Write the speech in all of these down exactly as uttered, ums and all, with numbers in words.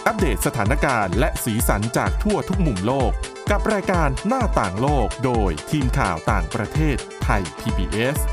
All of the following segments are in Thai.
อัปเดตสถานการณ์และสีสันจากทั่วทุกมุมโลกกับรายการหน้าต่างโลกโดยทีมข่าวต่างประเทศไทย พี บี เอส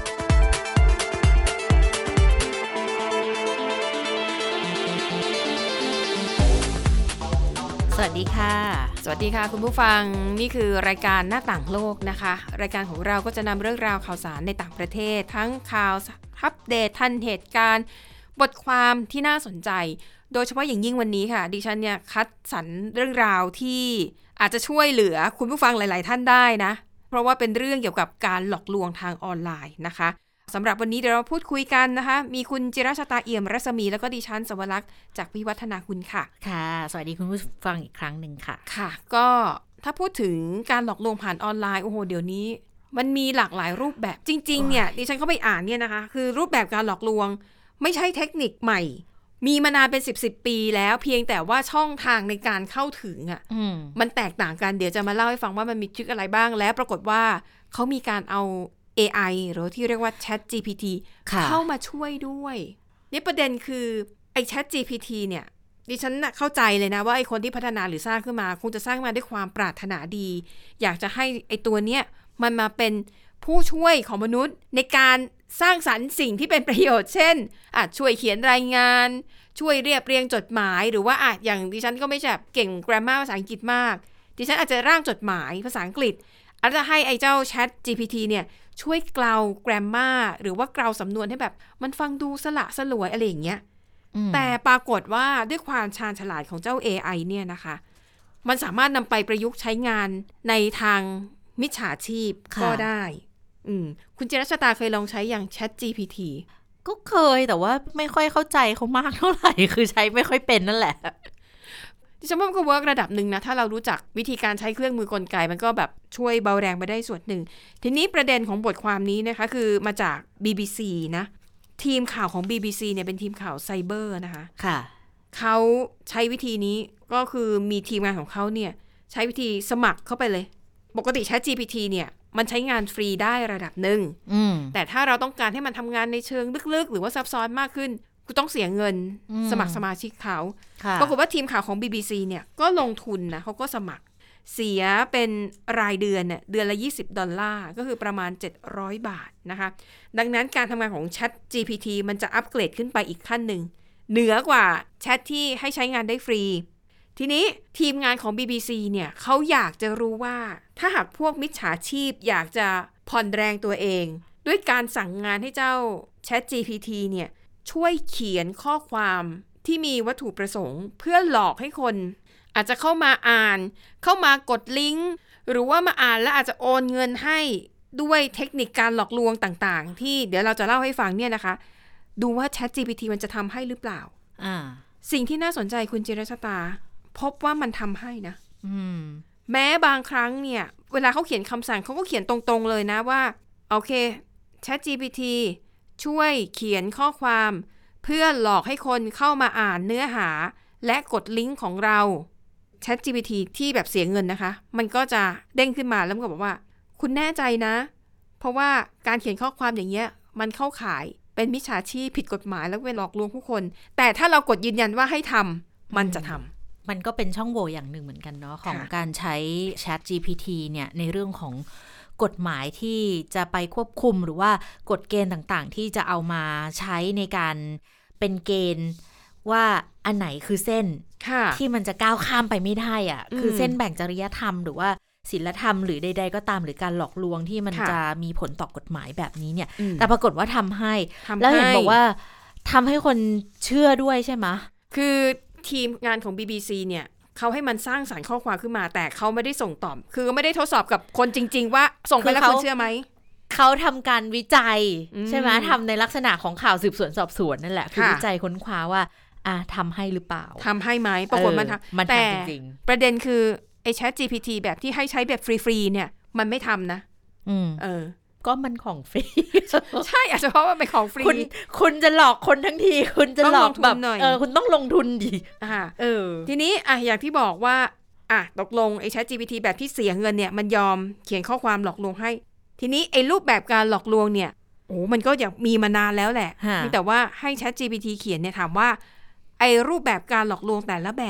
สวัสดีค่ะสวัสดีค่ะคุณผู้ฟังนี่คือรายการหน้าต่างโลกนะคะรายการของเราก็จะนำเรื่องราวข่าวสารในต่างประเทศทั้งข่าวอัปเดตทันเหตุการณ์บทความที่น่าสนใจโดยเฉพาะอย่างยิ่งวันนี้ค่ะดิฉันเนี่ยคัดสรรเรื่องราวที่อาจจะช่วยเหลือคุณผู้ฟังหลายๆท่านได้นะเพราะว่าเป็นเรื่องเกี่ยวกับการหลอกลวงทางออนไลน์นะคะสำหรับวันนี้เดี๋ยวเราพูดคุยกันนะคะมีคุณจิรชตาเอี่ยมรัศมีแล้วก็ดิฉันสวรักษ์จากวิวัฒนาคุณค่ะค่ะสวัสดีคุณผู้ฟังอีกครั้งหนึ่งค่ะค่ะก็ถ้าพูดถึงการหลอกลวงผ่านออนไลน์โอ้โหเดี๋ยวนี้มันมีหลากหลายรูปแบบจริงๆเนี่ยดิฉันเข้าไปอ่านเนี่ยนะคะคือรูปแบบการหลอกลวงไม่ใช่เทคนิคใหม่มีมานานเป็นสิบสิบปีแล้วเพียงแต่ว่าช่องทางในการเข้าถึงอ่ะมันแตกต่างกันเดี๋ยวจะมาเล่าให้ฟังว่ามันมีทริคอะไรบ้างและปรากฏว่าเขามีการเอา เอ ไอ หรือที่เรียกว่า Chat จี พี ที เข้ามาช่วยด้วยนี่ประเด็นคือไอ้ Chat จี พี ที เนี่ยดิฉันน่ะเข้าใจเลยนะว่าไอ้คนที่พัฒนาหรือสร้างขึ้นมาคงจะสร้างมาด้วยความปรารถนาดีอยากจะให้ไอ้ตัวเนี้ยมันมาเป็นผู้ช่วยของมนุษย์ในการสร้างสรรค์สิ่งที่เป็นประโยชน์เช่นอาจช่วยเขียนรายงานช่วยเรียบเรียงจดหมายหรือว่าอาจอย่างดิฉันก็ไม่ใช่แบบเก่ง grammar ภาษาอังกฤษมากดิฉันอาจจะร่างจดหมายภาษาอังกฤษอาจจะให้ไอ้เจ้า Chat จี พี ที เนี่ยช่วยเกลา grammar หรือว่าเกลาสำนวนให้แบบมันฟังดูสละสลวยอะไรอย่างเงี้ยแต่ปรากฏว่าด้วยความชาญฉลาดของเจ้า เอ ไอ เนี่ยนะคะมันสามารถนำไปประยุกต์ใช้งานในทางมิจฉาชีพก็ได้อืมคุณจิรชตาเคยลองใช้อย่าง Chat จี พี ทีก็เคยแต่ว่าไม่ค่อยเข้าใจเขามากเท่าไหร่คือใช้ไม่ค่อยเป็นนั่นแหละดิฉันว่ามันก็เวิร์กระดับหนึ่งนะถ้าเรารู้จักวิธีการใช้เครื่องมือกลไกมันก็แบบช่วยเบาแรงไปได้ส่วนหนึ่งทีนี้ประเด็นของบทความนี้นะคะคือมาจาก บี บี ซี นะทีมข่าวของ บี บี ซี เนี่ยเป็นทีมข่าวไซเบอร์นะคะค่ะเขาใช้วิธีนี้ก็คือมีทีมงานของเขาเนี่ยใช้วิธีสมัครเข้าไปเลยปกติ Chat จี พี ที เนี่ยมันใช้งานฟรีได้ระดับหนึ่งแต่ถ้าเราต้องการให้มันทำงานในเชิงลึกๆหรือว่าซับซ้อนมากขึ้นกูต้องเสียเงินสมัครสมาชิกเขาปรากฏว่าทีมข่าวของ บี บี ซี เนี่ยก็ลงทุนนะเขาก็สมัครเสียเป็นรายเดือนเนี่ยเดือนละยี่สิบดอลลาร์ก็คือประมาณเจ็ดร้อยบาทนะคะดังนั้นการทำงานของ Chat จี พี ที มันจะอัปเกรดขึ้นไปอีกขั้นหนึ่งเหนือกว่าแชทที่ให้ใช้งานได้ฟรีทีนี้ทีมงานของ บี บี ซี เนี่ยเขาอยากจะรู้ว่าถ้าหากพวกมิจฉาชีพอยากจะผ่อนแรงตัวเองด้วยการสั่งงานให้เจ้า Chat จี พี ที เนี่ยช่วยเขียนข้อความที่มีวัตถุประสงค์เพื่อหลอกให้คนอาจจะเข้ามาอ่านเข้ามากดลิงก์หรือว่ามาอ่านแล้วอาจจะโอนเงินให้ด้วยเทคนิคการหลอกลวงต่างๆที่เดี๋ยวเราจะเล่าให้ฟังเนี่ยนะคะดูว่า Chat จี พี ที มันจะทำให้หรือเปล่าอ่าสิ่งที่น่าสนใจคุณจิรชตาพบว่ามันทำให้นะแม้บางครั้งเนี่ยเวลาเขาเขียนคำสั่งเขาก็เขียนตรงๆเลยนะว่าโอเค Chat จี พี ที ช่วยเขียนข้อความเพื่อหลอกให้คนเข้ามาอ่านเนื้อหาและกดลิงก์ของเรา Chat จี พี ที ที่แบบเสียเงินนะคะมันก็จะเด้งขึ้นมาแล้วมันก็บอกว่าคุณแน่ใจนะเพราะว่าการเขียนข้อความอย่างเงี้ยมันเข้าข่ายเป็นมิจฉาชีพผิดกฎหมายแล้วเป็นหลอกลวงผู้คนแต่ถ้าเรากดยืนยันว่าให้ทำมันจะทำมันก็เป็นช่องโหว่อย่างหนึ่งเหมือนกันเนาะของการใช้ Chat จี พี ที เนี่ยในเรื่องของกฎหมายที่จะไปควบคุมหรือว่ากฎเกณฑ์ต่างๆที่จะเอามาใช้ในการเป็นเกณฑ์ว่าอันไหนคือเส้นที่มันจะก้าวข้ามไปไม่ได้อ่ะคือเส้นแบ่งจริยธรรมหรือว่าศีลธรรมหรือใดๆก็ตามหรือการหลอกลวงที่มันจะมีผลต่อกฎหมายแบบนี้เนี่ยแต่ปรากฏว่าทำให้แล้วเห็นบอกว่าทำให้คนเชื่อด้วยใช่ไหมคือทีมงานของ บี บี ซี เนี่ยเขาให้มันสร้างสรรค์ข้อความขึ้นมาแต่เขาไม่ได้ส่งตอบคือไม่ได้ทดสอบกับคนจริงๆว่าส่งไปแล้วคนเชื่อไหมเขาทำการวิจัยใช่ไหมทำในลักษณะของข่าวสืบสวนสอบสวนนั่นแหละคือวิจัยค้นคว้าว่าอ่ะทำให้หรือเปล่าทำให้ไหมปรากฏมันทำแต่ประเด็นคือไอ้ Chat จี พี ที แบบที่ให้ใช้แบบฟรีๆเนี่ยมันไม่ทำนะอืมเออก็มันของฟรีใช่อาจจะเพราะว่าเป็นของฟรีคุณคุณจะหลอกคนทั้งทีคุณจะหลอกแบบเออคุณต้องลงทุนดิอ่าเออทีนี้อ่ะอย่างที่บอกว่าอ่ะตกลงไอ้ Chat จี พี ที แบบที่เสียเงินเนี่ยมันยอมเขียนข้อความหลอกลวงให้ทีนี้ไอ้รูปแบบการหลอกลวงเนี่ยโอ้มันก็อยากมีมานานแล้วแหละแต่ว่าให้ Chat จี พี ที เขียนเนี่ยถามว่าไอ้รูปแบบการหลอกลวงแต่ละแบบ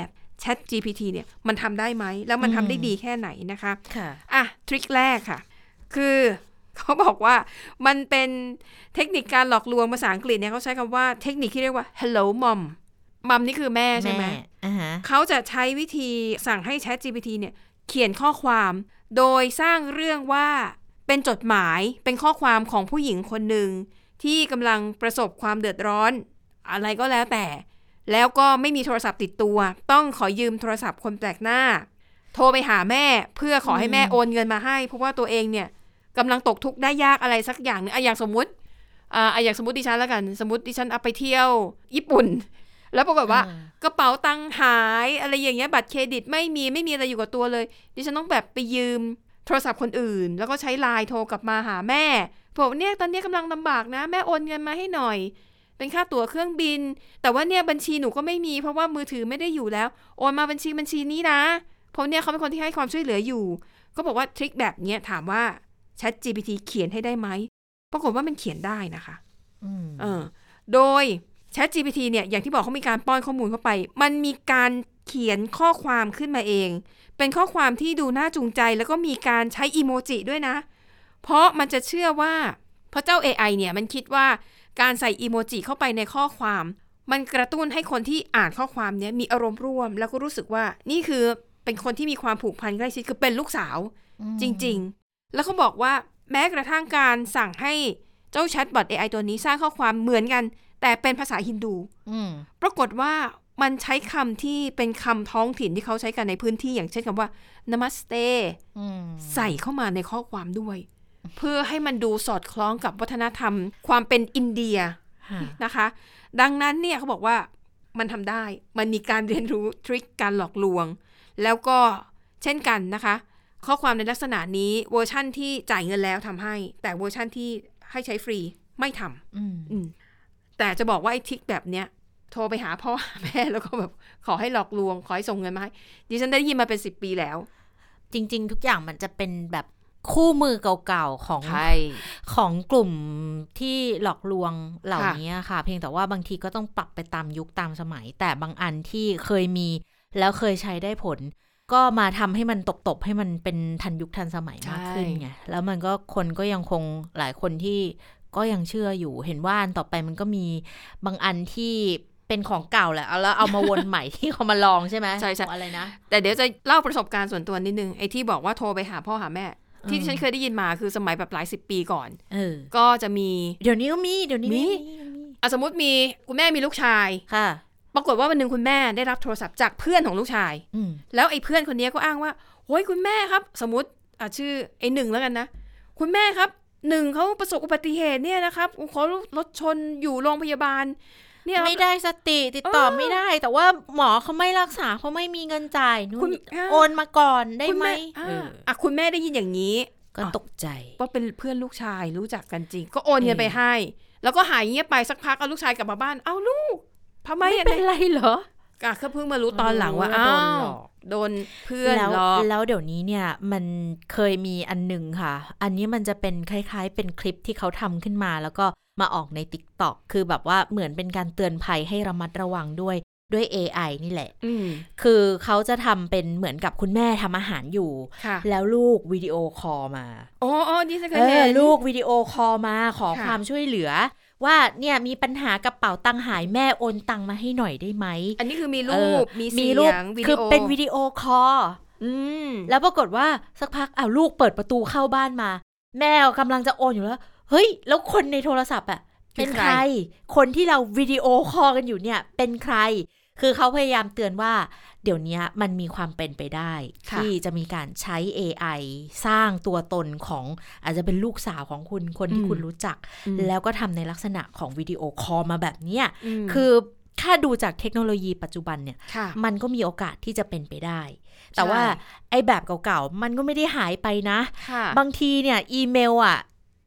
Chat จี พี ที เนี่ยมันทำได้ไหมแล้วมันทำได้ดีแค่ไหนนะคะค่ะอ่ะทริคแรกค่ะคือเขาบอกว่ามันเป็นเทคนิคการหลอกลวงภาษาอังกฤษเนี่ยเขาใช้คำว่าเทคนิคที่เรียกว่า hello mom มัมนี่คือแม่ใช่ไหม uh-huh. เขาจะใช้วิธีสั่งให้ Chat จี พี ที เนี่ยเขียนข้อความโดยสร้างเรื่องว่าเป็นจดหมายเป็นข้อความของผู้หญิงคนหนึ่งที่กำลังประสบความเดือดร้อนอะไรก็แล้วแต่แล้วก็ไม่มีโทรศัพท์ติดตัวต้องขอยืมโทรศัพท์คนแปลกหน้าโทรไปหาแม่เพื่อขอให้แม่โอนเงินมาให้เพราะว่าตัวเองเนี่ยกำลังตกทุกข์ได้ยากอะไรสักอย่างนึงอ่ะอย่างสมมุติอ่าอย่างสมมติดิฉันแล้วกันสมมติดิฉันเอาไปเที่ยวญี่ปุ่นแล้วปรากฏว่ากระเป๋าตังค์หายอะไรอย่างเงี้ยบัตรเครดิตไม่มีไม่มีอะไรอยู่กับตัวเลยดิฉันต้องแบบไปยืมโทรศัพท์คนอื่นแล้วก็ใช้ไลน์โทรกลับมาหาแม่บอกเนี่ยตอนนี้กำลังลำบากนะแม่โอนเงินมาให้หน่อยเป็นค่าตั๋วเครื่องบินแต่ว่าเนี่ยบัญชีหนูก็ไม่มีเพราะว่ามือถือไม่ได้อยู่แล้วโอนมาบัญชีบัญชีนี้นะเพราะเนี่ยเขาเป็นคนที่ให้ความช่วยเหลืออยู่ก็บอกว่าทริคแบบนี้ถามว่า Chat จี พี ที เขียนให้ได้ไหมปรากฏว่ามันเขียนได้นะคะเออโดย Chat จี พี ที เนี่ยอย่างที่บอกเขามีการป้อนข้อมูลเข้าไปมันมีการเขียนข้อความขึ้นมาเองเป็นข้อความที่ดูน่าจูงใจแล้วก็มีการใช้อีโมจิด้วยนะเพราะมันจะเชื่อว่าเพราะเจ้า เอ ไอ เนี่ยมันคิดว่าการใส่อีโมจิเข้าไปในข้อความมันกระตุ้นให้คนที่อ่านข้อความนี้มีอารมณ์ร่วมแล้วก็รู้สึกว่านี่คือเป็นคนที่มีความผูกพันใกล้ชิดคือเป็นลูกสาวจริงๆแล้วเขาบอกว่าแม้กระทั่งการสั่งให้เจ้าแชทบอท เอ ไอ ตัวนี้สร้างข้อความเหมือนกันแต่เป็นภาษาฮินดูปรากฏว่ามันใช้คำที่เป็นคำท้องถิ่นที่เขาใช้กันในพื้นที่อย่างเช่นคำว่า Namaste ใส่เข้ามาในข้อความด้วยเพื่อให้มันดูสอดคล้องกับวัฒนธรรมความเป็นอินเดียนะคะดังนั้นเนี่ยเขาบอกว่ามันทำได้มันมีการเรียนรู้ทริคการหลอกลวงแล้วก็เช่นกันนะคะข้อความในลักษณะนี้เวอร์ชั่นที่จ่ายเงินแล้วทำให้แต่เวอร์ชั่นที่ให้ใช้ฟรีไม่ทำแต่จะบอกว่าไอ้ทริคแบบเนี้ยโทรไปหาพ่อหาแม่แล้วก็แบบขอให้หลอกลวงขอให้ส่งเงินมาให้ดิฉันได้ยินมาเป็นสิบปีแล้วจริงๆทุกอย่างมันจะเป็นแบบคู่มือเก่าๆของของกลุ่มที่หลอกลวงเหล่านี้ค่ะเพียงแต่ว่าบางทีก็ต้องปรับไปตามยุคตามสมัยแต่บางอันที่เคยมีแล้วเคยใช้ได้ผลก็มาทำให้มันตบๆให้มันเป็นทันยุคทันสมัยมากขึ้นไงแล้วมันก็คนก็ยังคงหลายคนที่ก็ยังเชื่ออยู่เห็นว่าอันต่อไปมันก็มีบางอันที่เป็นของเก่าแหละแล้วเอามาวนใหม่ที่เขามาลองใช่ไหมใช่ๆอะไรนะแต่เดี๋ยวจะเล่าประสบการณ์ส่วนตัวนิดนึงไอ้ที่บอกว่าโทรไปหาพ่อหาแม่ที่ฉันเคยได้ยินมาคือสมัยแบบหลายสิบปีก่อนเออก็จะมีเดี๋ยวนี้ก็มีเดี๋ยวนี้มีอ่ะสมมติมีคุณแม่มีลูกชายค่ะปรากฏว่าวันนึงคุณแม่ได้รับโทรศัพท์จากเพื่อนของลูกชายแล้วไอ้เพื่อนคนนี้ก็อ้างว่าโอ้ยคุณแม่ครับสมมติอ่ะชื่อไอ้หนึ่งแล้วกันนะคุณแม่ครับหนึ่งเขาประสบอุบัติเหตุเนี่ยนะครับเขารถชนอยู่โรงพยาบาลเนี่ยไม่ได้สติติดต่อไม่ได้แต่ว่าหมอเขาไม่รักษาเขาไม่มีเงินจ่ายนู่นโอนมาก่อนได้ไหมอ่ะคุณแม่ได้ยินอย่างนี้ก็ตกใจว่าเป็นเพื่อนลูกชายรู้จักกันจริงก็โอนเงินไปให้แล้วก็หายเงียบไปสักพักเอาลูกชายกลับมาบ้านเอ้าลูกทำไมไม่เป็นไรเหรอก็เพิ่งมารู้ตอนหลังว่าอ้าวโดนเพื่อนหลอกแล้วเดี๋ยวนี้เนี่ยมันเคยมีอันหนึ่งค่ะอันนี้มันจะเป็นคล้ายๆเป็นคลิปที่เขาทำขึ้นมาแล้วก็มาออกใน TikTok คือแบบว่าเหมือนเป็นการเตือนภัยให้ระมัดระวังด้วยด้วย เอ ไอ นี่แหละคือเขาจะทำเป็นเหมือนกับคุณแม่ทำอาหารอยู่แล้วลูกวิดีโอคอลมาอ๋ออ๋อนี่ฉันเคยเห็นลูกวิดีโอคอลมาขอความช่วยเหลือว่าเนี่ยมีปัญหากระเป๋าตังค์หายแม่โอนตังค์มาให้หน่อยได้ไหมอันนี้คือมีรูปมีเสียงวิดีโอคือเป็นวิดีโอคอลแล้วปรากฏว่าสักพักอ้าวลูกเปิดประตูเข้าบ้านมาแม่กำลังจะโอนอยู่แล้วเฮ้ยแล้วคนในโทรศัพท์อ่ะเป็นใครคนที่เราวิดีโอคอลกันอยู่เนี่ยเป็นใครคือเขาพยายามเตือนว่าเดี๋ยวนี้มันมีความเป็นไปได้ที่จะมีการใช้ เอ ไอ สร้างตัวตนของอาจจะเป็นลูกสาวของคุณคนที่คุณรู้จักแล้วก็ทำในลักษณะของวิดีโอคอลมาแบบนี้คือถ้าดูจากเทคโนโลยีปัจจุบันเนี่ยมันก็มีโอกาสที่จะเป็นไปได้แต่ว่าไอ้แบบเก่าๆมันก็ไม่ได้หายไปนะบางทีเนี่ยอีเมลอ่ะ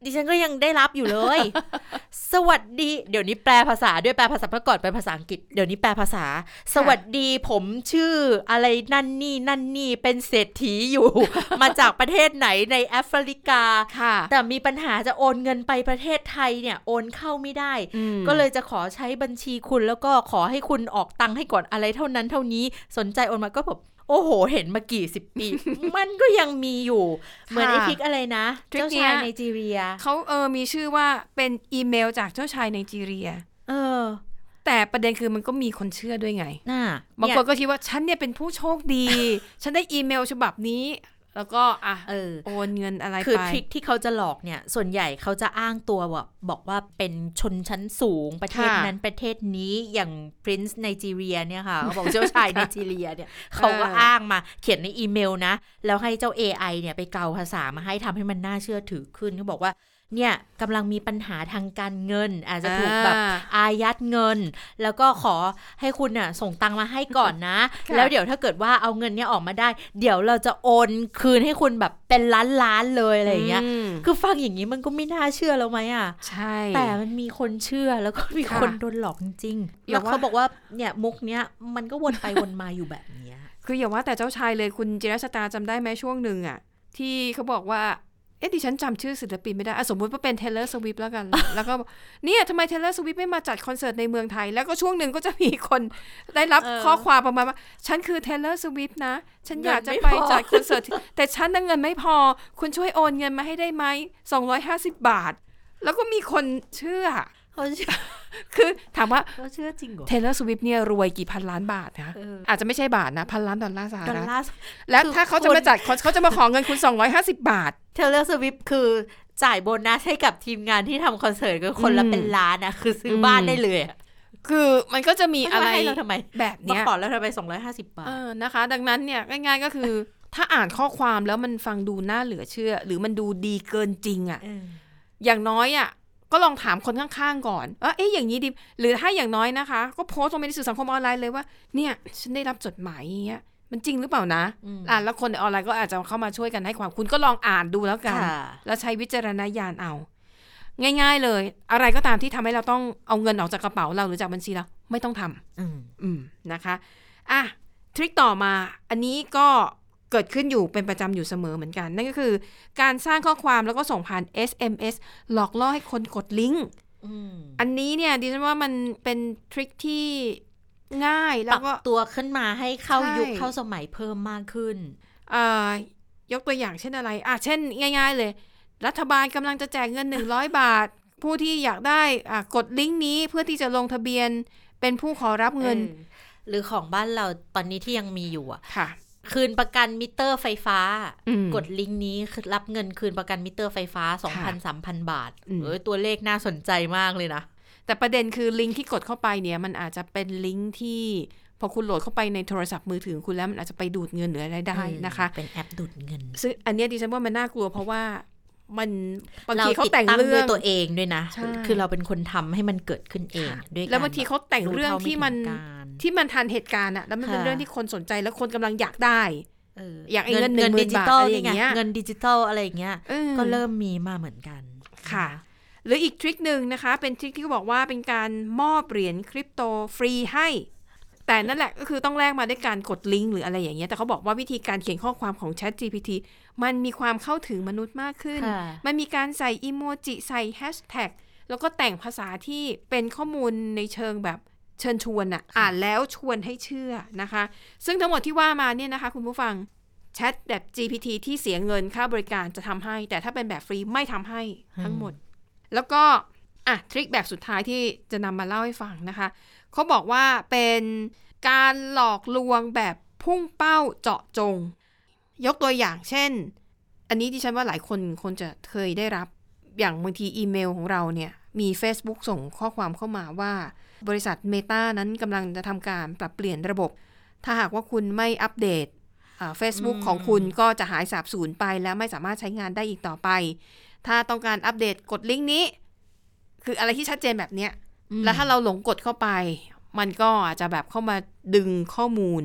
ดิฉันก็ยังได้รับอยู่เลย สวัสดีเดี๋ยวนี้แปลภาษาด้วยแปลภาษาเมื่อก่อนเป็นภาษาอังกฤษเดี๋ยวนี้แปลภาษาสวัสดีผมชื่ออะไรนั่นนี่นั่นนี่เป็นเศรษฐีอยู่ มาจากประเทศไหนในแอฟริกาแต่มีปัญหาจะโอนเงินไปประเทศไทยเนี่ยโอนเข้าไม่ได้ก็เลยจะขอใช้บัญชีคุณแล้วก็ขอให้คุณออกตังค์ให้ก่อนอะไรเท่านั้นเท่านี้สนใจโอนมาก็แบบโอ้โหเห็นมากี่สิบปี มันก็ยังมีอยู่เหมือนไอทริกอะไรนะเจ้าชายไนจีเรียเขาเออมีชื่อว่าเป็นอีเมลจากเจ้าชายไนจีเรียเออแต่ประเด็นคือมันก็มีคนเชื่อด้วยไงบางคนก็คิดว่าฉันเนี่ยเป็นผู้โชคดี ฉันได้อีเมลฉบับนี้แล้วก็อ่ะเออโอนเงินอะไรไปคือทริคที่เขาจะหลอกเนี่ยส่วนใหญ่เขาจะอ้างตัวว่าบอกว่าเป็นชนชั้นสูงประเทศนั้นประเทศนี้อย่าง Prince ไนจีเรียเนี่ยค่ะเขาบอกเจ้าชายไนจีเรียเนี่ยเขาก็อ้างมาเขียนในอีเมลนะแล้วให้เจ้า เอ ไอ เนี่ยไปเกาภาษามาให้ทำให้มันน่าเชื่อถือขึ้นเขาบอกว่าเนี่ยกำลังมีปัญหาทางการเงินอาจจะถูกแบบอายัดเงินแล้วก็ขอให้คุณน่ะส่งตังมาให้ก่อนนะ แล้วเดี๋ยวถ้าเกิดว่าเอาเงินเนี้ยออกมาได้เดี๋ยวเราจะโอนคืนให้คุณแบบเป็นล้านล้านเลยอะไรอย่างเงี้ยคือฟังอย่างนี้มันก็ไม่น่าเชื่อแล้วไหมอ่ะใช่แต่มันมีคนเชื่อแล้วก็มีคนโดนหลอกจริงๆแล้วเขาบอกว่าเนี่ยมุกเนี้ยมันก็วนไปวนมาอยู่แบบนี้คืออย่าว่าแต่เจ้าชายเลยคุณจิรชตาจำได้ไหมช่วงหนึ่งอ่ะที่เขาบอกว่าเอ๊ะดิฉันจำชื่อศิลปินไม่ได้สมมติว่าเป็น Taylor Swift แล้วกัน แล้วก็เนี่ยทำไม Taylor Swift ไม่มาจัดคอนเสิร์ตในเมืองไทยแล้วก็ช่วงหนึ่งก็จะมีคนได้รับข้อความประมาณว่าฉันคือ Taylor Swift นะฉันอยากจะไปจัดคอนเสิร์ตแต่ฉันเงินไม่พอคุณช่วยโอนเงินมาให้ได้ไหมสองร้อยห้าสิบบาทแล้วก็มีคนเชื่อคือถามว่าเขาเชื่อจริงเหรอ Taylor Swift เนี่ยรวยกี่พันล้านบาทนะอาจจะไม่ใช่บาทนะพันล้านดอลลาร์สหรัฐแล้วถ้าเขาจะมาจัดเขาจะมาขอเงินคุณสองร้อยห้าสิบบาท Taylor Swift คือจ่ายโบนัสให้กับทีมงานที่ทำคอนเสิร์ตก็คนละเป็นล้านนะคือซื้อบ้านได้เลยคือมันก็จะมีอะไรแบบนี้มาขอแล้วทำไมสองร้อยห้าสิบบาทนะคะดังนั้นเนี่ยง่ายๆก็คือถ้าอ่านข้อความแล้วมันฟังดูน่าเหลือเชื่อหรือมันดูดีเกินจริงอ่ะอย่างน้อยอ่ะก็ลองถามคนข้างๆก่อนว่าเอ๊ะอย่างนี้ดิหรือถ้าอย่างน้อยนะคะก็โพสต์ลงในสื่อสังคมออนไลน์เลยว่าเนี่ยฉันได้รับจดหมายอย่างเงี้ยมันจริงหรือเปล่านะอ่านแล้วคนในออนไลน์ก็อาจจะเข้ามาช่วยกันให้ความคุณก็ลองอ่านดูแล้วกันแล้วใช้วิจารณญาณเอาง่ายๆเลยอะไรก็ตามที่ทำให้เราต้องเอาเงินออกจากกระเป๋าเราหรือจากบัญชีเราไม่ต้องทำอืมอืมนะคะอ่ะทริคต่อมาอันนี้ก็เกิดขึ้นอยู่เป็นประจำอยู่เสมอเหมือนกันนั่นก็คือการสร้างข้อความแล้วก็ส่งผ่าน เอส เอ็ม เอส หลอกล่อให้คนกดลิงก์อันนี้เนี่ยดิฉันว่ามันเป็นทริคที่ง่ายแล้วก็ตัวขึ้นมาให้เข้ายุคเข้าสมัยเพิ่มมากขึ้นยกตัวอย่างเช่นอะไรอ่ะเช่นง่ายๆเลยรัฐบาลกำลังจะแจกเงินหนึ่งร้อยบาทผู้ที่อยากได้อ่ะกดลิงก์นี้เพื่อที่จะลงทะเบียนเป็นผู้ขอรับเงินหรือของบ้านเราตอนนี้ที่ยังมีอยู่อ่ะค่ะคืนประกันมิเตอร์ไฟฟ้ากดลิงก์นี้รับเงินคืนประกันมิเตอร์ไฟฟ้า สองพัน สามพัน บาทเอ้ยตัวเลขน่าสนใจมากเลยนะแต่ประเด็นคือลิงก์ที่กดเข้าไปเนี่ยมันอาจจะเป็นลิงก์ที่พอคุณโหลดเข้าไปในโทรศัพท์มือถือคุณแล้วมันอาจจะไปดูดเงินหรืออะไรได้นะคะเป็นแอปดูดเงินซึ่งอันนี้ดิฉันว่ามันน่ากลัวเพราะว่ามันบางทีเขาแต่งเรื่องด้วยตัวเองด้วยนะคือเราเป็นคนทำให้มันเกิดขึ้นเองด้วยแล้วบางทีเขาแต่งเรื่องที่มันที่มันทันเหตุการณ์อะแล้วมันเป็นเรื่องที่คนสนใจแล้วคนกำลังอยากได้อยากเงินหนึ่งหมื่นบาทอะไรอย่างเงี้ยเงินดิจิตอลอะไรอย่างเงี้ยก็เริ่มมีมาเหมือนกันค่ะหรืออีกทริคหนึ่งนะคะเป็นทริคที่เขาบอกว่าเป็นการมอบเหรียญคริปโตฟรีให้แต่นั่นแหละก็คือต้องแลกมาด้วยการกดลิงก์หรืออะไรอย่างเงี้ยแต่เขาบอกว่าวิธีการเขียนข้อความของ Chat จี พี ที มันมีความเข้าถึงมนุษย์มากขึ้นมันมีการใส่อีโมจิใส่แฮชแท็กแล้วก็แต่งภาษาที่เป็นข้อมูลในเชิงแบบเชิญชวนอ่ะอ่านแล้วชวนให้เชื่อนะคะซึ่งทั้งหมดที่ว่ามาเนี่ยนะคะคุณผู้ฟังแชทแบบ จี พี ที ที่เสียเงินค่าบริการจะทำให้แต่ถ้าเป็นแบบฟรีไม่ทำให้ทั้งหมดแล้วก็อ่ะทริคแบบสุดท้ายที่จะนำมาเล่าให้ฟังนะคะเขาบอกว่าเป็นการหลอกลวงแบบพุ่งเป้าเจาะจงยกตัวอย่างเช่นอันนี้ดิฉันว่าหลายคนคงจะเคยได้รับอย่างบางทีอีเมลของเราเนี่ยมี Facebook ส่งข้อความเข้ามาว่าบริษัท Meta นั้นกำลังจะทำการปรับเปลี่ยนระบบถ้าหากว่าคุณไม่อัปเดตFacebook ของคุณก็จะหายสาบสูญไปแล้วไม่สามารถใช้งานได้อีกต่อไปถ้าต้องการอัปเดตกดลิงก์นี้คืออะไรที่ชัดเจนแบบเนี้ยแล้วถ้าเราหลงกดเข้าไปมันก็อาจจะแบบเข้ามาดึงข้อมูล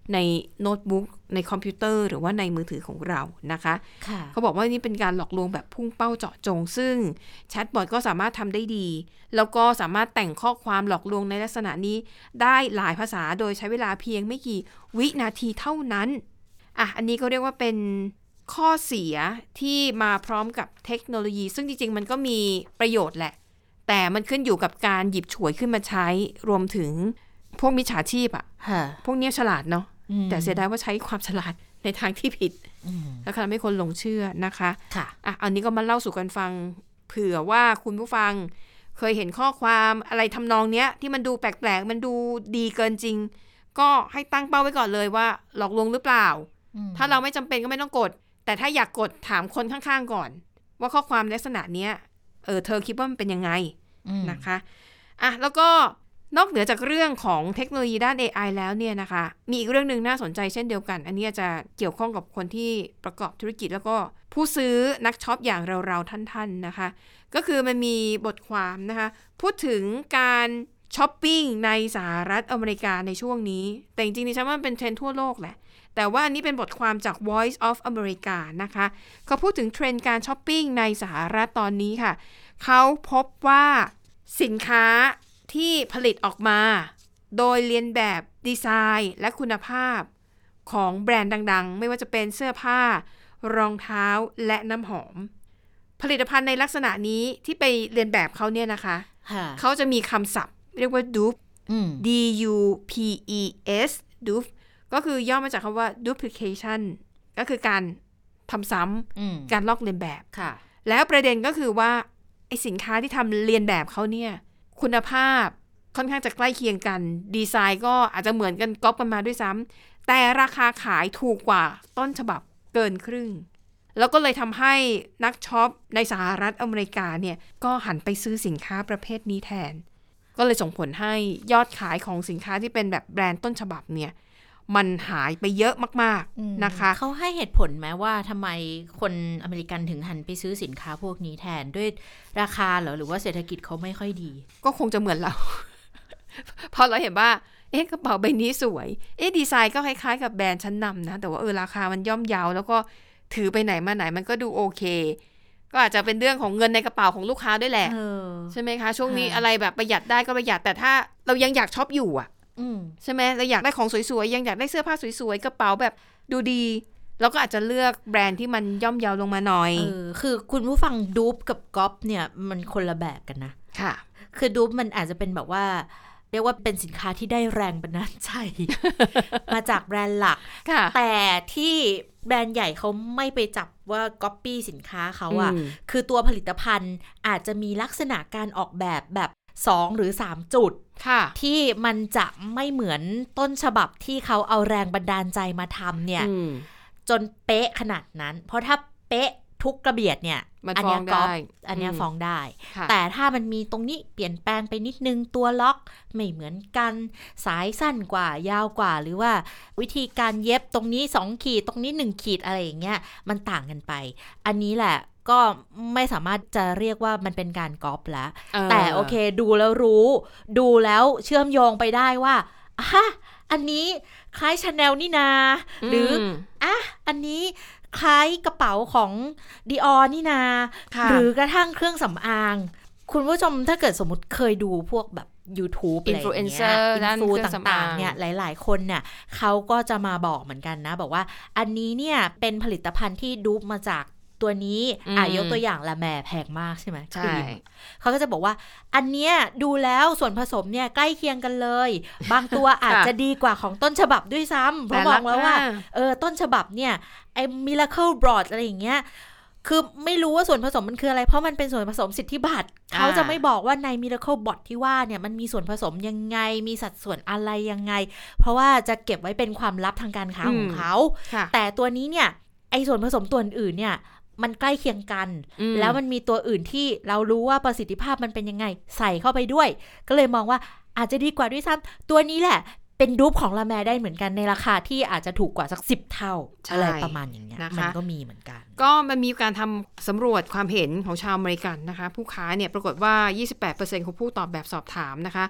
ในโน้ตบุ๊กในคอมพิวเตอร์หรือว่าในมือถือของเรานะคะเขาบอกว่านี่เป็นการหลอกลวงแบบพุ่งเป้าเจาะจงซึ่งแชทบอทก็สามารถทำได้ดีแล้วก็สามารถแต่งข้อความหลอกลวงในลักษณะนี้ได้หลายภาษาโดยใช้เวลาเพียงไม่กี่วินาทีเท่านั้นอ่ะอันนี้ก็เรียกว่าเป็นข้อเสียที่มาพร้อมกับเทคโนโลยีซึ่งจริงๆมันก็มีประโยชน์แหละแต่มันขึ้นอยู่กับการหยิบฉวยขึ้นมาใช้รวมถึงพวกมิจฉาชีพอ่ะพวกนี้ฉลาดเนาะแต่เสียดายว่าใช้ความฉลาดในทางที่ผิดแล้วทำให้คนหลงเชื่อนะคะอ่ะอันนี้ก็มาเล่าสู่กันฟังเผื่อว่าคุณผู้ฟังเคยเห็นข้อความอะไรทำนองเนี้ยที่มันดูแปลกๆมันดูดีเกินจริงก็ให้ตั้งเป้าไว้ก่อนเลยว่าหลอกลวงหรือเปล่าถ้าเราไม่จำเป็นก็ไม่ต้องกดแต่ถ้าอยากกดถามคนข้างๆก่อนว่าข้อความลักษณะเนี้ยเออเธอคิดว่ามันเป็นยังไงนะคะอ่ะแล้วก็นอกเหนือจากเรื่องของเทคโนโลยีด้าน เอ ไอ แล้วเนี่ยนะคะมีอีกเรื่องนึงน่าสนใจเช่นเดียวกันอันนี้จะเกี่ยวข้องกับคนที่ประกอบธุรกิจแล้วก็ผู้ซื้อนักช็อปอย่างเราๆท่านๆนะคะก็คือมันมีบทความนะคะพูดถึงการช้อปปิ้งในสหรัฐอเมริกาในช่วงนี้แต่จริงๆดิฉันว่ามันเป็นเทรนด์ทั่วโลกแหละแต่ว่าอันนี้เป็นบทความจาก Voice of America นะคะเขาพูดถึงเทรนด์การช้อปปิ้งในสหรัฐตอนนี้ค่ะเขาพบว่าสินค้าที่ผลิตออกมาโดยเลียนแบบดีไซน์และคุณภาพของแบรนด์ดังๆไม่ว่าจะเป็นเสื้อผ้ารองเท้าและน้ำหอมผลิตภัณฑ์ในลักษณะนี้ที่ไปเลียนแบบเขาเนี่ยนะคะเขาจะมีคำศัพท์เรียกว่า dupe D U P E S dupe ก็คือย่อมาจากคำว่า duplication ก็คือการทำซ้ำการลอกเลียนแบบแล้วประเด็นก็คือว่าไอสินค้าที่ทำเลียนแบบเขาเนี่ยคุณภาพค่อนข้างจะใกล้เคียงกันดีไซน์ก็อาจจะเหมือนกันก๊อปกันมาด้วยซ้ำแต่ราคาขายถูกกว่าต้นฉบับเกินครึ่งแล้วก็เลยทำให้นักช็อปในสหรัฐอเมริกาเนี่ยก็หันไปซื้อสินค้าประเภทนี้แทนก็เลยส่งผลให้ยอดขายของสินค้าที่เป็นแบบแบรนด์ต้นฉบับเนี่ยมันหายไปเยอะมากๆนะคะเขาให้เหตุผลไหมว่าทำไมคนอเมริกันถึงหันไปซื้อสินค้าพวกนี้แทนด้วยราคาเหรอหรือว่าเศรษฐกิจเขาไม่ค่อยดีก็คงจะเหมือนเรา พอเราเห็นว่าเอ๊ะกระเป๋าใบนี้สวยเอ๊ะดีไซน์ก็คล้ายๆกับแบรนด์ชั้นนำนะแต่ว่าเออราคามันย่อมเยาแล้วก็ถือไปไหนมาไหนมันก็ดูโอเคก็อาจจะเป็นเรื่องของเงินในกระเป๋าของลูกค้าด้วยแหละใช่ไหมคะช่วงนี้อะไรแบบประหยัดได้ก็ประหยัดแต่ถ้าเรายังอยากช็อปอยู่อ่ะใช่ไหมเราอยากได้ของสวยๆยังอยากได้เสื้อผ้าสวยๆกระเป๋าแบบดูดีเราก็อาจจะเลือกแบรนด์ที่มันย่อมเยาลงมาหน่อยเออคือคุณผู้ฟังดูปกับก๊อปเนี่ยมันคนละแบบกันนะค่ะคือดูปมันอาจจะเป็นแบบว่าเรียกว่าเป็นสินค้าที่ได้แรงบันดาลใจ มาจากแบรนด์หลักแต่ที่แบรนด์ใหญ่เขาไม่ไปจับว่าก๊อปปี้สินค้าเขาอะคือตัวผลิตภัณฑ์อาจจะมีลักษณะการออกแบบแบบสองหรือสามจุดที่มันจะไม่เหมือนต้นฉบับที่เขาเอาแรงบันดาลใจมาทำเนี่ยจนเป๊ะขนาดนั้นเพราะถ้าเป๊ะทุกกระเบียดเนี่ยอันนี้ก๊อปอันนี้ฟ้องได้แต่ถ้ามันมีตรงนี้เปลี่ยนแปลงไปนิดนึงตัวล็อกไม่เหมือนกันสายสั้นกว่ายาวกว่าหรือว่าวิธีการเย็บตรงนี้สองขีดตรงนี้หนึ่งขีดอะไรอย่างเงี้ยมันต่างกันไปอันนี้แหละก็ไม่สามารถจะเรียกว่ามันเป็นการก๊อปแล้วแต่โอเคดูแล้วรู้ดูแล้วเชื่อมโยงไปได้ว่าอ่ะอันนี้คล้ายชาแนลนี่นาหรืออ่ะอันนี้คล้ายกระเป๋าของ Dior นี่นาหรือกระทั่งเครื่องสำอางคุณผู้ชมถ้าเกิดสมมุติเคยดูพวกแบบ YouTube อะไรอย่างเงี้ยอินฟูต่างๆเนี่ยหลายๆคนเนี่ยเขาก็จะมาบอกเหมือนกันนะบอกว่าอันนี้เนี่ยเป็นผลิตภัณฑ์ที่ดูปมาจากตัวนี้อ่ะยกตัวอย่างละแม่แพงมากใช่ไหมใช่เขาก็จะบอกว่าอันเนี้ยดูแล้วส่วนผสมเนี่ยใกล้เคียงกันเลยบางตัวอาจจะดีกว่าของต้นฉบับด้วยซ้ำเพราะบอกแล้วว่าเออต้นฉบับเนี่ยไอ้ Miracle Broth อะไรอย่างเงี้ยคือไม่รู้ว่าส่วนผสมมันคืออะไรเพราะมันเป็นส่วนผสมสิทธิบัตรเขาจะไม่บอกว่าใน Miracle Broth ที่ว่าเนี่ยมันมีส่วนผสมยังไงมีสัดส่วนอะไรยังไงเพราะว่าจะเก็บไว้เป็นความลับทางการค้าของเขาแต่ตัวนี้เนี่ยไอ้ส่วนผสมตัวอื่นเนี่ยมันใกล้เคียงกันแล้วมันมีตัวอื่นที่เรารู้ว่าประสิทธิภาพมันเป็นยังไงใส่เข้าไปด้วยก็เลยมองว่าอาจจะดีกว่าด้วยซ้ำตัวนี้แหละเป็นดูปของละแมได้เหมือนกันในราคาที่อาจจะถูกกว่าสักสิบเท่าอะไรประมาณอย่างเงี้ยมันก็มีเหมือนกันก็มันมีการทำสำรวจความเห็นของชาวอเมริกันนะคะผู้ค้าเนี่ยปรากฏว่า ยี่สิบแปดเปอร์เซ็นต์ ของผู้ตอบแบบสอบถามนะคะ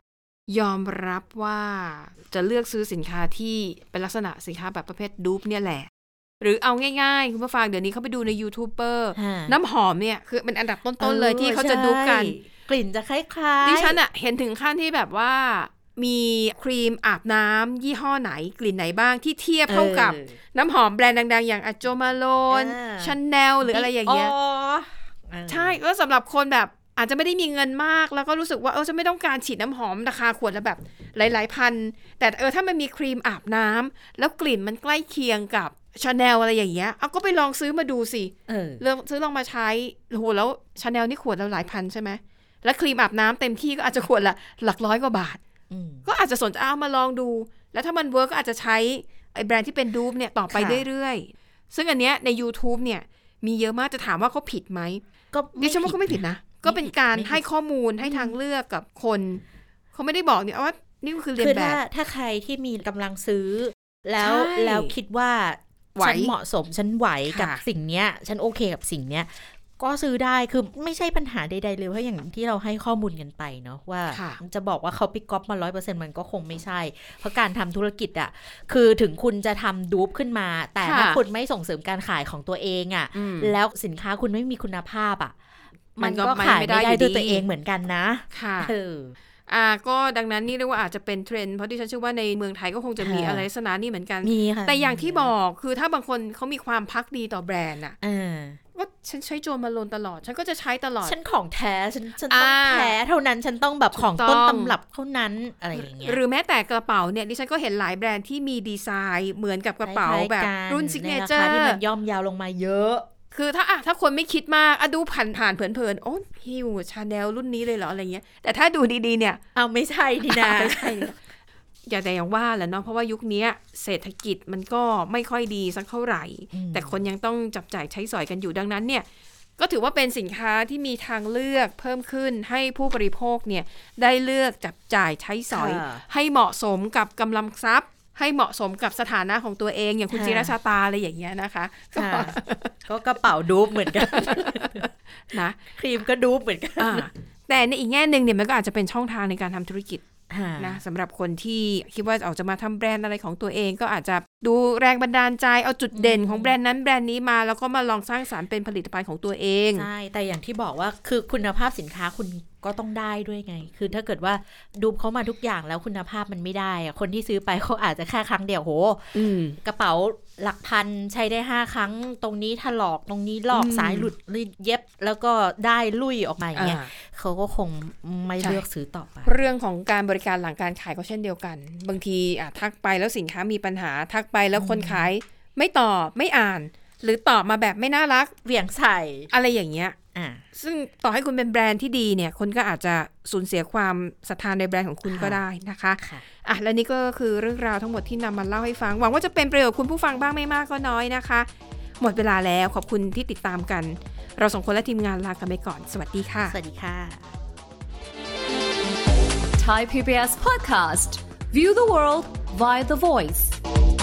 ยอมรับว่าจะเลือกซื้อสินค้าที่เป็นลักษณะสินค้าแบบประเภทดูปเนี่ยแหละหรือเอาง่ายๆคุณผู้ฟังเดี๋ยวนี้เขาไปดูในยูทูบเบอร์น้ำหอมเนี่ยคือเป็นอันดับต้นๆเลยที่เขาจะดูกันกลิ่นจะคล้ายๆดิฉันอะเห็นถึงขั้นที่แบบว่ามีครีมอาบน้ำยี่ห้อไหนกลิ่นไหนบ้างที่เทียบเท่ากับน้ำหอมแบรนด์ดังๆอย่างอะโจมาโลนชาแนลหรืออะไรอย่างเงี้ยใช่แล้วสำหรับคนแบบอาจจะไม่ได้มีเงินมากแล้วก็รู้สึกว่าเออจะไม่ต้องการฉีดน้ำหอมราคาขวดละแบบหลายๆพันแต่เออถ้ามันมีครีมอาบน้ำแล้วกลิ่นมันใกล้เคียงกับชาแนลอะไรอย่างเงี้ยเอาก็ไปลองซื้อมาดูสิเออเลือกซื้อลองมาใช้โหแล้วชาแนลนี่ขวดละหลายพันใช่ไหมแล้วครีมอาบน้ำเต็มที่ก็อาจจะขวดละหลักร้อยกว่าบาทก็อาจจะสนใจเอามาลองดูแล้วถ้ามันเวิร์กก็อาจจะใช้ไอ้แบรนด์ที่เป็นดูปเนี่ยต่อไปเรื่อยๆซึ่งอันเนี้ยใน YouTube เนี่ยมีเยอะมากจะถามว่าเขาผิดไหมก็ดิฉันว่าเขาไม่ผิดนะก็เป็นการให้ข้อมูลให้ทางเลือกกับคนเขาไม่ได้บอกเนี่ยว่านี่คือเรียนแบบถ้าถ้าใครที่มีกำลังซื้อแล้วแล้วคิดว่าฉันเหมาะสมฉันไหวกับสิ่งเนี้ยฉันโอเคกับสิ่งเนี้ยก็ซื้อได้คือไม่ใช่ปัญหาใดๆเลยเพราะอย่างที่เราให้ข้อมูลกันไปเนาะว่าจะบอกว่าเขาไปก๊อปมา ร้อยเปอร์เซ็นต์ มันก็คงไม่ใช่เพราะการทำธุรกิจอ่ะคือถึงคุณจะทำดูปขึ้นมาแต่ถ้าคุณไม่ส่งเสริมการขายของตัวเองอ่ะแล้วสินค้าคุณไม่มีคุณภาพอ่ะมันก็ขายไม่ได้ด้วยตัวเองเหมือนกันนะค่ะเอออ่าก็ดังนั้นนี่เรียกว่าอาจจะเป็นเทรนด์เพราะที่ฉันเชื่อว่าในเมืองไทยก็คงจะมีอะไรลักษณะนี้เหมือนกันแต่อย่างที่บอกคือถ้าบางคนเขามีความภักดีต่อแบรนด์อ่ะว่าฉันใช้โจมาโลนตลอดฉันก็จะใช้ตลอดฉันของแท้ฉันฉันต้องแท้เท่านั้นฉันต้องแบบของต้นตำรับเท่านั้นอะไรอย่างเงี้ยหรือแม้แต่กระเป๋าเนี่ยดิฉันก็เห็นหลายแบรนด์ที่มีดีไซน์เหมือนกับกระเป๋าแบบรุ่นซิกเนเจอร์ที่มันย่อมยาวลงมาเยอะคือถ้าอะถ้าคนไม่คิดมากอะดูผ่านผ่านเผินๆโอ้ฮิวชาแนลรุ่นนี้เลยเหรออะไรเงี้ยแต่ถ้าดูดีๆเนี่ยเอาไม่ใช่ดีนะไม่ใช่อย่าแต่อย่างว่าแหละเนาะเพราะว่ายุคนี้เศรษฐกิจมันก็ไม่ค่อยดีสักเท่าไหร่แต่คนยังต้องจับจ่ายใช้สอยกันอยู่ดังนั้นเนี่ยก็ถือว่าเป็นสินค้าที่มีทางเลือกเพิ่มขึ้นให้ผู้บริโภคเนี่ยได้เลือกจับจ่ายใช้สอยให้เหมาะสมกับกำลังทรัพย์ให้เหมาะสมกับสถานะของตัวเองอย่างคุณจิรชาตาอะไรอย่างเงี้ยนะคะก็กระเป๋าดูปเหมือนกันนะครีมก็ดูปเหมือนกันแต่ในอีกแง่นึงเนี่ยมันก็อาจจะเป็นช่องทางในการทำธุรกิจนะสำหรับคนที่คิดว่าออกจะมาทำแบรนด์อะไรของตัวเองก็อาจจะดูแรงบันดาลใจเอาจุดเด่นของแบรนด์นั้นแบรนด์นี้มาแล้วก็มาลองสร้างสรรค์เป็นผลิตภัณฑ์ของตัวเองใช่แต่อย่างที่บอกว่าคือคุณภาพสินค้าคุณก็ต้องได้ด้วยไงคือถ้าเกิดว่าดูเขามาทุกอย่างแล้วคุณภาพมันไม่ได้อะคนที่ซื้อไปเขาอาจจะแค่ครั้งเดียวโหกระเป๋าหลักพันใช้ได้ห้าครั้งตรงนี้ถลอกตรงนี้ลอกสายหลุดเย็บแล้วก็ได้ลุยออกมาอย่างเงี้ยเขาก็คงไม่เลือกซื้อต่อไปเรื่องของการบริการหลังการขายก็เช่นเดียวกันบางทีอ่ะทักไปแล้วสินค้ามีปัญหาทักไปแล้วคนขายไม่ตอบไม่อ่านหรือตอบมาแบบไม่น่ารักเหวี่ยงใส่อะไรอย่างเงี้ยซึ่งต่อให้คุณเป็นแบรนด์ที่ดีเนี่ยคนก็อาจจะสูญเสียความศรัทธาในแบรนด์ของคุณก็ได้นะคะอ่ะและนี่ก็คือเรื่องราวทั้งหมดที่นำมาเล่าให้ฟังหวังว่าจะเป็นประโยชน์คุณผู้ฟังบ้างไม่มากก็น้อยนะคะหมดเวลาแล้วขอบคุณที่ติดตามกันเราสองคนและทีมงานลากันไปก่อนสวัสดีค่ะสวัสดีค่ะ Thai พี บี เอส Podcast View the world via the voice